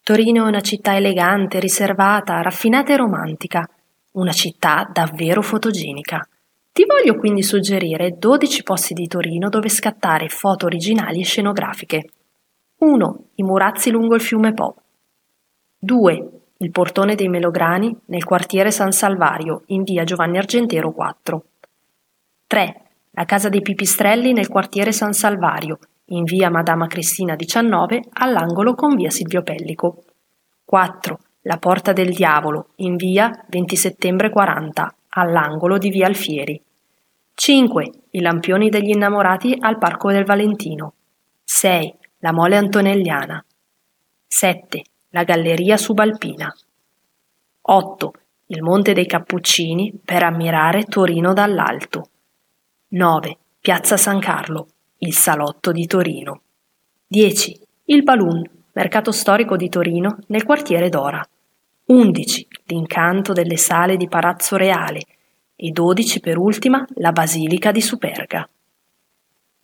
Torino è una città elegante, riservata, raffinata e romantica, una città davvero fotogenica. Ti voglio quindi suggerire 12 posti di Torino dove scattare foto originali e scenografiche. 1. I Murazzi lungo il fiume Po. 2. Il Portone dei Melograni nel quartiere San Salvario, in via Giovanni Argentero 4. 3. La Casa dei Pipistrelli nel quartiere San Salvario, in via Madama Cristina 19, all'angolo con via Silvio Pellico. 4. La Porta del Diavolo, in via 20 settembre 40, all'angolo di via Alfieri. 5. I Lampioni degli Innamorati al Parco del Valentino. 6. La Mole Antonelliana. 7. La Galleria Subalpina. 8. Il Monte dei Cappuccini per ammirare Torino dall'alto. 9. Piazza San Carlo, il Salotto di Torino. 10. Il Balloon, mercato storico di Torino nel quartiere Dora. 11. L'incanto delle sale di Palazzo Reale. E 12 per ultima la Basilica di Superga.